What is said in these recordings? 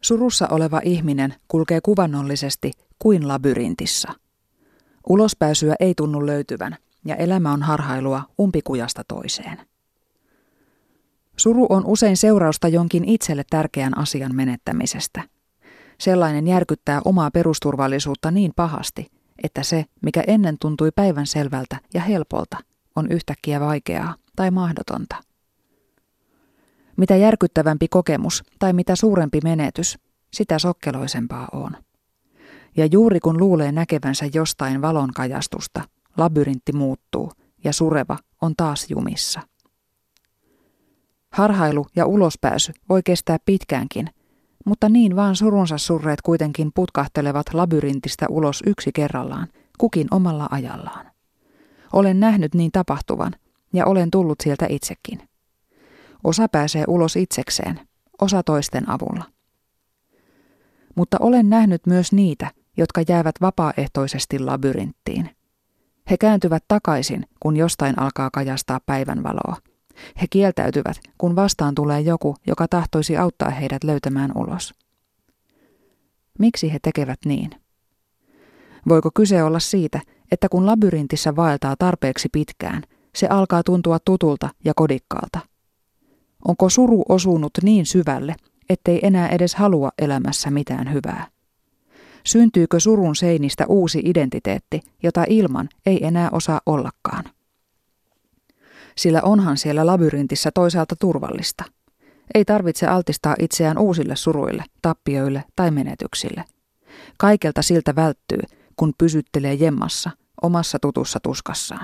Surussa oleva ihminen kulkee kuvannollisesti kuin labyrintissä. Ulospääsyä ei tunnu löytyvän ja elämä on harhailua umpikujasta toiseen. Suru on usein seurausta jonkin itselle tärkeän asian menettämisestä. Sellainen järkyttää omaa perusturvallisuutta niin pahasti, että se, mikä ennen tuntui päivänselvältä ja helpolta, on yhtäkkiä vaikeaa tai mahdotonta. Mitä järkyttävämpi kokemus tai mitä suurempi menetys, sitä sokkeloisempaa on. Ja juuri kun luulee näkevänsä jostain valonkajastusta, labyrintti muuttuu ja sureva on taas jumissa. Harhailu ja ulospääsy voi kestää pitkäänkin, mutta niin vaan surunsa surreet kuitenkin putkahtelevat labyrintistä ulos yksi kerrallaan, kukin omalla ajallaan. Olen nähnyt niin tapahtuvan ja olen tullut sieltä itsekin. Osa pääsee ulos itsekseen, osa toisten avulla. Mutta olen nähnyt myös niitä, jotka jäävät vapaaehtoisesti labyrinttiin. He kääntyvät takaisin, kun jostain alkaa kajastaa päivänvaloa. He kieltäytyvät, kun vastaan tulee joku, joka tahtoisi auttaa heidät löytämään ulos. Miksi he tekevät niin? Voiko kyse olla siitä, että kun labyrintissä vaeltaa tarpeeksi pitkään, se alkaa tuntua tutulta ja kodikkaalta? Onko suru osunut niin syvälle, ettei enää edes halua elämässä mitään hyvää? Syntyykö surun seinistä uusi identiteetti, jota ilman ei enää osaa ollakaan? Sillä onhan siellä labyrintissä toisaalta turvallista. Ei tarvitse altistaa itseään uusille suruille, tappioille tai menetyksille. Kaikelta siltä välttyy, kun pysyttelee jemmassa, omassa tutussa tuskassaan.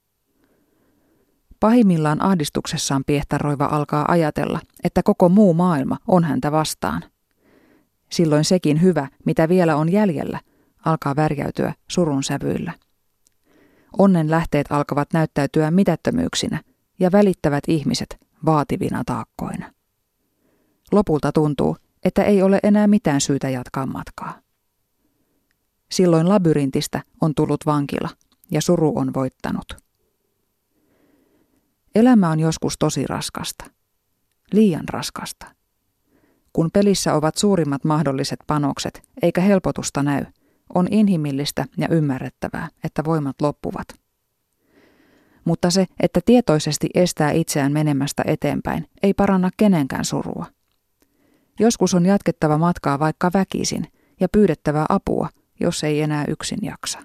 Pahimmillaan ahdistuksessaan piehtaroiva alkaa ajatella, että koko muu maailma on häntä vastaan. Silloin sekin hyvä, mitä vielä on jäljellä, alkaa värjäytyä surun sävyillä. Onnen lähteet alkavat näyttäytyä mitättömyyksinä ja välittävät ihmiset vaativina taakkoina. Lopulta tuntuu, että ei ole enää mitään syytä jatkaa matkaa. Silloin labyrintistä on tullut vankila ja suru on voittanut. Elämä on joskus tosi raskasta. Liian raskasta. Kun pelissä ovat suurimmat mahdolliset panokset eikä helpotusta näy, on inhimillistä ja ymmärrettävää, että voimat loppuvat. Mutta se, että tietoisesti estää itseään menemästä eteenpäin, ei paranna kenenkään surua. Joskus on jatkettava matkaa vaikka väkisin ja pyydettävä apua, jos ei enää yksin jaksa.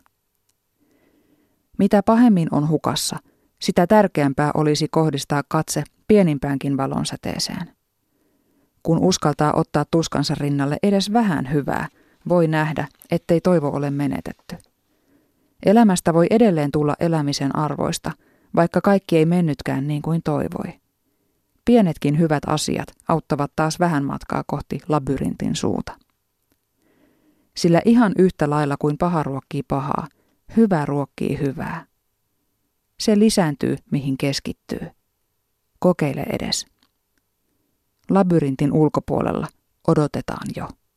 Mitä pahemmin on hukassa, sitä tärkeämpää olisi kohdistaa katse pienimpäänkin valonsäteeseen. Kun uskaltaa ottaa tuskansa rinnalle edes vähän hyvää, voi nähdä, ettei toivo ole menetetty. Elämästä voi edelleen tulla elämisen arvoista, vaikka kaikki ei mennytkään niin kuin toivoi. Pienetkin hyvät asiat auttavat taas vähän matkaa kohti labyrintin suuta. Sillä ihan yhtä lailla kuin paha ruokkii pahaa, hyvä ruokkii hyvää. Se lisääntyy, mihin keskittyy. Kokeile edes. Labyrintin ulkopuolella odotetaan jo.